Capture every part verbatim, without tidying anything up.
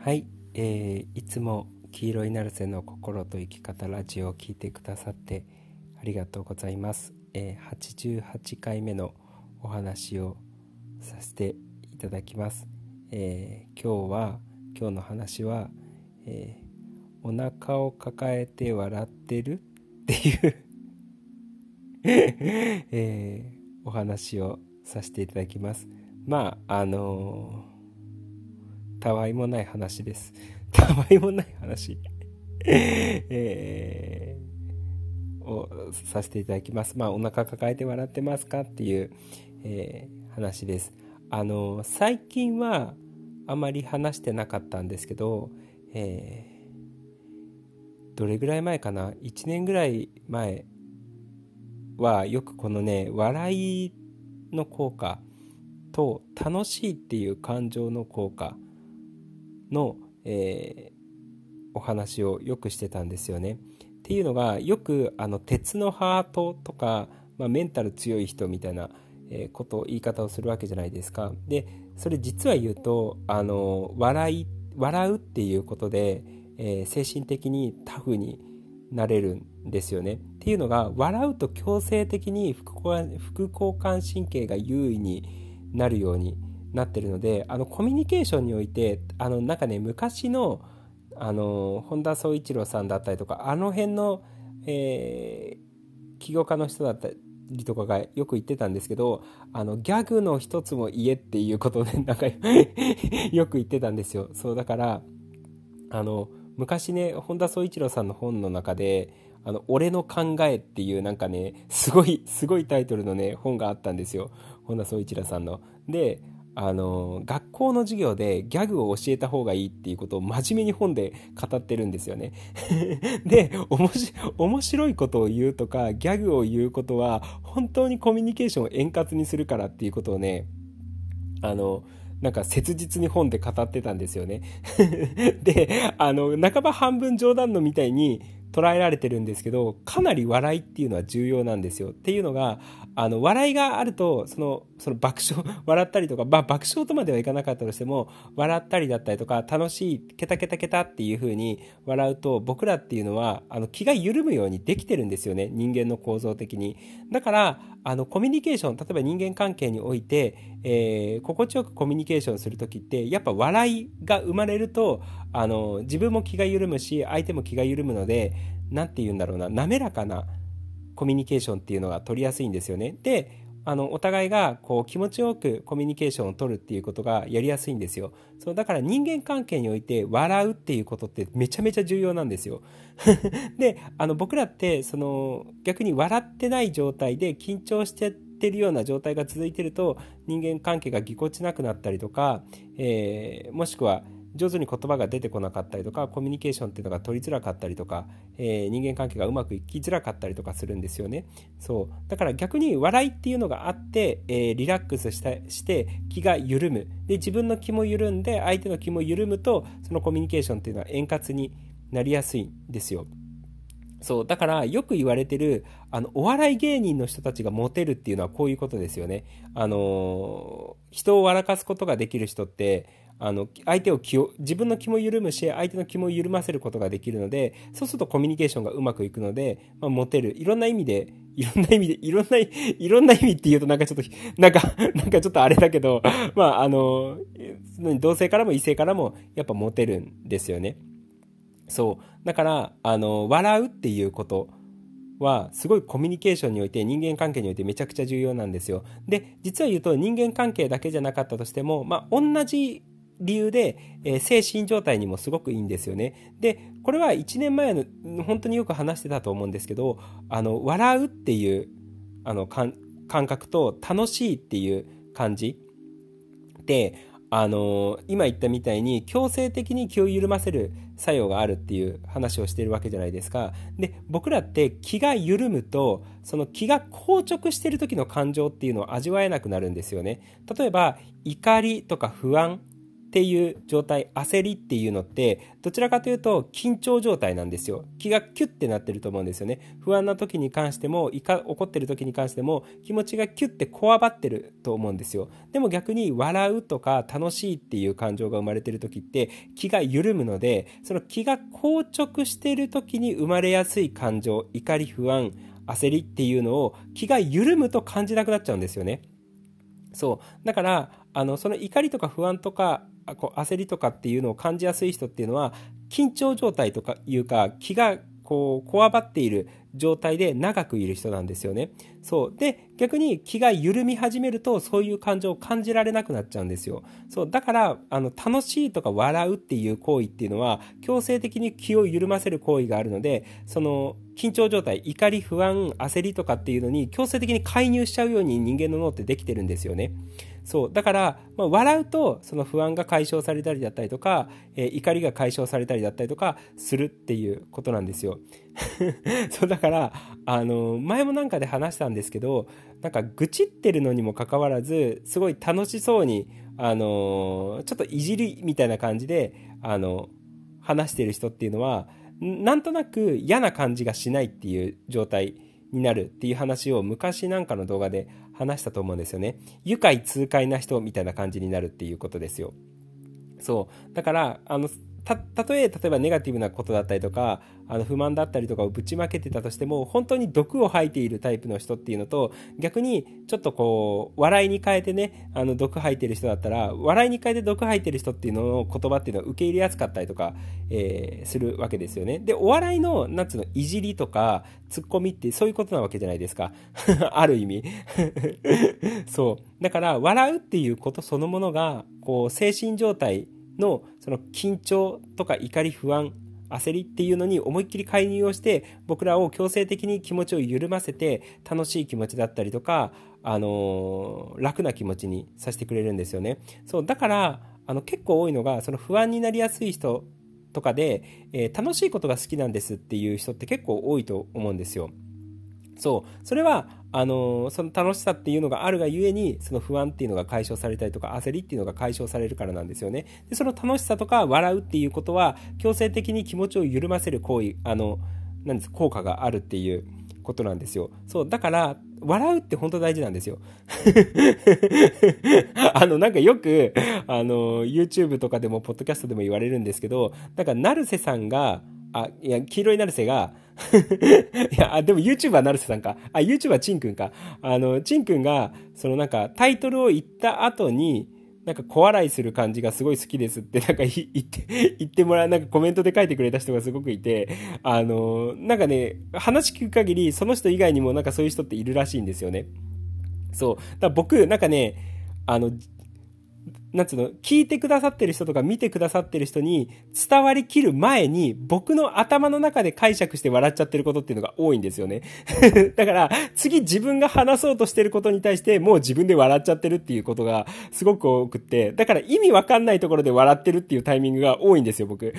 はい、えーいつも黄色いナルセの心と生き方ラジオを聞いてくださってありがとうございます。えーはちじゅうはちかいめのお話をさせていただきます。えー今日は今日の話は、えーお腹を抱えて笑ってるっていうえーお話をさせていただきます。まああのーたわいもない話です。たわいもない話、えーをさせていただきます。まあお腹抱えて笑ってますかっていう、えー話です。あの最近はあまり話してなかったんですけど、えーどれぐらい前かな、いちねんぐらい前はよくこのね、笑いの効果と楽しいっていう感情の効果の、えーお話をよくしてたんですよね。っていうのが、よくあの鉄のハートとか、まあ、メンタル強い人みたいな、えーことを言い方をするわけじゃないですか。でそれ実は言うと、あの笑い笑うっていうことで、えー精神的にタフになれるんですよね。っていうのが、笑うと強制的に副交副交感神経が優位になるようになってるので、あのコミュニケーションにおいて、あのなんかね、昔のあの本田宗一郎さんだったりとか、あの辺の、えー起業家の人だったりとかがよく言ってたんですけど、あのギャグの一つも言えっていうことをね、なんかよく言ってたんですよ。そうだから、あの昔ね、本田宗一郎さんの本の中で、あの俺の考えっていう、なんかね、すごいすごいタイトルのね、本があったんですよ、本田宗一郎さんの。で、あの学校の授業でギャグを教えた方がいいっていうことを真面目に本で語ってるんですよね。で、おもし面白いことを言うとかギャグを言うことは本当にコミュニケーションを円滑にするからっていうことをね、あのなんか切実に本で語ってたんですよね。で、あの半ば半分冗談のみたいに捉えられてるんですけど、かなり笑いっていうのは重要なんですよ。っていうのが、あの笑いがあると、そのその爆笑笑ったりとか、まあ、爆笑とまではいかなかったとしても笑ったりだったりとか、楽しいケタケタケタっていう風に笑うと、僕らっていうのはあの気が緩むようにできてるんですよね、人間の構造的に。だからあのコミュニケーション、例えば人間関係において、えー心地よくコミュニケーションするときって、やっぱ笑いが生まれると、あの自分も気が緩むし、相手も気が緩むので、なんて言うんだろうな、滑らかなコミュニケーションっていうのが取りやすいんですよね。で、あのお互いがこう気持ちよくコミュニケーションを取るっていうことがやりやすいんですよ。そうだから、人間関係において笑うっていうことってめちゃめちゃ重要なんですよ。で、あの僕らってその逆に笑ってない状態で緊張してってるような状態が続いてると、人間関係がぎこちなくなったりとか、えーもしくは上手に言葉が出てこなかったりとか、コミュニケーションっていうのが取りづらかったりとか、えー人間関係がうまくいきづらかったりとかするんですよね。そうだから逆に笑いっていうのがあって、えーリラックスしたして気が緩む。で、自分の気も緩んで相手の気も緩むと、そのコミュニケーションっていうのは円滑になりやすいんですよ。そうだから、よく言われてる、あのお笑い芸人の人たちがモテるっていうのはこういうことですよね。あのー人を笑かすことができる人って、あの相手を気を自分の気も緩むし、相手の気も緩ませることができるので、そうするとコミュニケーションがうまくいくので、まあ、モテる。いろんな意味でいろんな意味でいろんないろんな意味っていうと、なんかちょっとなんかなんかちょっとあれだけど、まああの同性からも異性からもやっぱモテるんですよね。そうだから、あの笑うっていうことはすごいコミュニケーションにおいて、人間関係においてめちゃくちゃ重要なんですよ。で、実は言うと、人間関係だけじゃなかったとしても、まあ、同じ理由で、えー精神状態にもすごくいいんですよね。で、これはいちねんまえの本当によく話してたと思うんですけど、あの笑うっていうあの感感覚と楽しいっていう感じで、あの今言ったみたいに強制的に気を緩ませる作用があるっていう話をしているわけじゃないですか。で、僕らって気が緩むと、その気が硬直している時の感情っていうのを味わえなくなるんですよね。例えば怒りとか不安っていう状態、焦りっていうのってどちらかというと緊張状態なんですよ。気がキュッてなってると思うんですよね。不安な時に関しても、いか怒ってる時に関しても気持ちがキュッてこわばってると思うんですよ。でも逆に笑うとか楽しいっていう感情が生まれてる時って気が緩むので、その気が硬直してる時に生まれやすい感情、怒り、不安、焦りっていうのを気が緩むと感じなくなっちゃうんですよね。そうだからあのその怒りとか不安とかこう焦りとかっていうのを感じやすい人っていうのは緊張状態とかいうか気がこうこわばっている状態で長くいる人なんですよね。そうで逆に気が緩み始めるとそういう感情を感じられなくなっちゃうんですよ。そうだからあの楽しいとか笑うっていう行為っていうのは強制的に気を緩ませる行為があるので、その緊張状態、怒り、不安、焦りとかっていうのに強制的に介入しちゃうように人間の脳ってできてるんですよね。そうだから、まあ、笑うとその不安が解消されたりだったりとか、えー、怒りが解消されたりだったりとかするっていうことなんですよ。そうだからあの前もなんかで話したんですけど、なんか愚痴ってるのにもかかわらずすごい楽しそうにあのちょっといじりみたいな感じであの話してる人っていうのはなんとなく嫌な感じがしないっていう状態になるっていう話を昔なんかの動画で話したと思うんですよね。愉快痛快な人みたいな感じになるっていうことですよ。そうだからあのたたとえ例えばネガティブなことだったりとかあの不満だったりとかをぶちまけてたとしても、本当に毒を吐いているタイプの人っていうのと、逆にちょっとこう笑いに変えてねあの毒吐いてる人だったら、笑いに変えて毒吐いてる人っていうのの言葉っていうのは受け入れやすかったりとか、えー、するわけですよね。でお笑いのなんつうのいじりとかツッコミってそういうことなわけじゃないですか。ある意味そうだから笑うっていうことそのものがこう精神状態のその緊張とか怒り、不安、焦りっていうのに思いっきり介入をして僕らを強制的に気持ちを緩ませて楽しい気持ちだったりとか、あのー、楽な気持ちにさせてくれるんですよね。そうだからあの結構多いのがその不安になりやすい人とかで、えー、楽しいことが好きなんですっていう人って結構多いと思うんですよ。そうそれはあのー、その楽しさっていうのがあるがゆえにその不安っていうのが解消されたりとか焦りっていうのが解消されるからなんですよね。でその楽しさとか笑うっていうことは強制的に気持ちを緩ませる行為、あのなんです効果があるっていうことなんですよ。そうだから笑うって本当大事なんですよ。あのなんかよくあの YouTube とかでもポッドキャストでも言われるんですけど、なんか成瀬さんがあいや黄色い成瀬がいやでも YouTuber 成瀬さんか、あ YouTuber チンくんか、あのチンくんがそのなんかタイトルを言った後になんか小笑いする感じがすごい好きですってなんか言って言ってもらう、なんかコメントで書いてくれた人がすごくいて、あのなんかね話聞く限りその人以外にもなんかそういう人っているらしいんですよね。そうだから僕なんかねあのなんつうの聞いてくださってる人とか見てくださってる人に伝わりきる前に僕の頭の中で解釈して笑っちゃってることっていうのが多いんですよね。だから次自分が話そうとしてることに対してもう自分で笑っちゃってるっていうことがすごく多くって、だから意味わかんないところで笑ってるっていうタイミングが多いんですよ僕。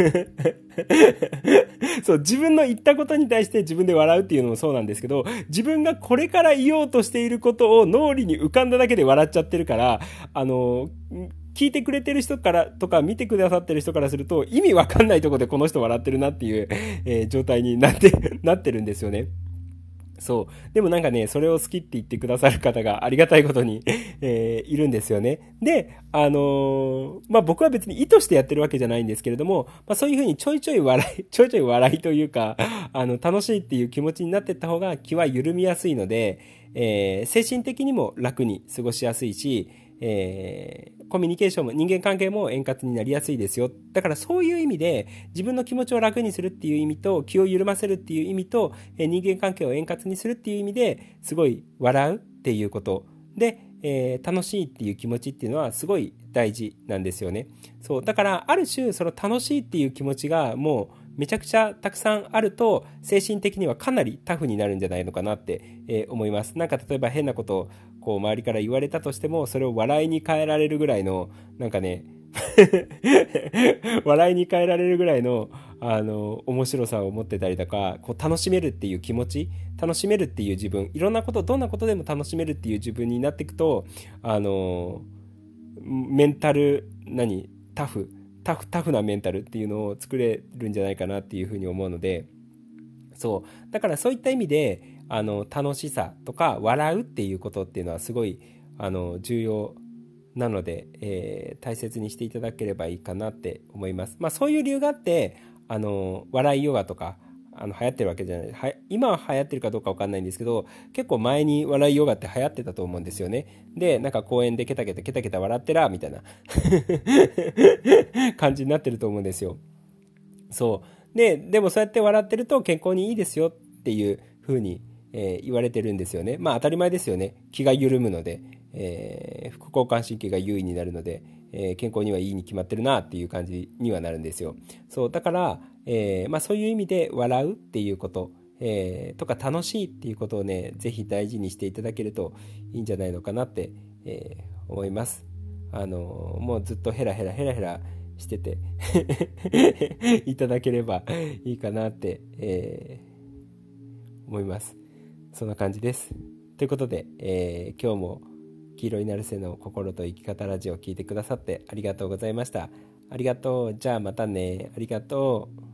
そう自分の言ったことに対して自分で笑うっていうのもそうなんですけど、自分がこれから言おうとしていることを脳裏に浮かんだだけで笑っちゃってるから、あの聞いてくれてる人からとか見てくださってる人からすると意味わかんないところでこの人笑ってるなっていう、えー、状態になってなってるんですよね。そうでもなんかねそれを好きって言ってくださる方がありがたいことに、えー、いるんですよね。であのー、まあ僕は別に意図してやってるわけじゃないんですけれども、まあ、そういうふうにちょいちょい笑いちょいちょい笑いというかあの楽しいっていう気持ちになっていった方が気は緩みやすいので、えー、精神的にも楽に過ごしやすいし、えー、コミュニケーションも人間関係も円滑になりやすいですよ。だからそういう意味で自分の気持ちを楽にするっていう意味と気を緩ませるっていう意味と、えー、人間関係を円滑にするっていう意味ですごい笑うっていうことで、えー、楽しいっていう気持ちっていうのはすごい大事なんですよね。そうだからある種その楽しいっていう気持ちがもうめちゃくちゃたくさんあると精神的にはかなりタフになるんじゃないのかなって、えー、思います。なんか例えば変なことをこう周りから言われたとしてもそれを笑いに変えられるぐらいのなんかね笑いに変えられるぐらいのあの面白さを持ってたりとか、こう楽しめるっていう気持ち、楽しめるっていう自分、いろんなことどんなことでも楽しめるっていう自分になっていくと、あのメンタル何タフタフタフなメンタルっていうのを作れるんじゃないかなっていうふうに思うので、そうだからそういった意味であの楽しさとか笑うっていうことっていうのはすごいあの重要なので、えー、大切にしていただければいいかなって思います。まあそういう理由があってあの笑いヨガとかあの流行ってるわけじゃない、は今は流行ってるかどうかわかんないんですけど、結構前に笑いヨガって流行ってたと思うんですよね。でなんか公園でケタケタケタケタ笑ってらみたいな感じになってると思うんですよ。そうででもそうやって笑ってると健康にいいですよっていう風に、えー、言われてるんですよね。まあ当たり前ですよね。気が緩むので、えー、副交感神経が優位になるので、えー、健康にはいいに決まってるなっていう感じにはなるんですよ。そうだから、えーまあ、そういう意味で笑うっていうこと、えー、とか楽しいっていうことをねぜひ大事にしていただけるといいんじゃないのかなって、えー、思います。あのーもうずっとヘラヘラヘラヘラしてていただければいいかなって、えー、思います。そんな感じです。ということで、えー、今日も黄色いナルセの心と生き方ラジオを聞いてくださってありがとうございました。ありがとう。じゃあまたね。ありがとう。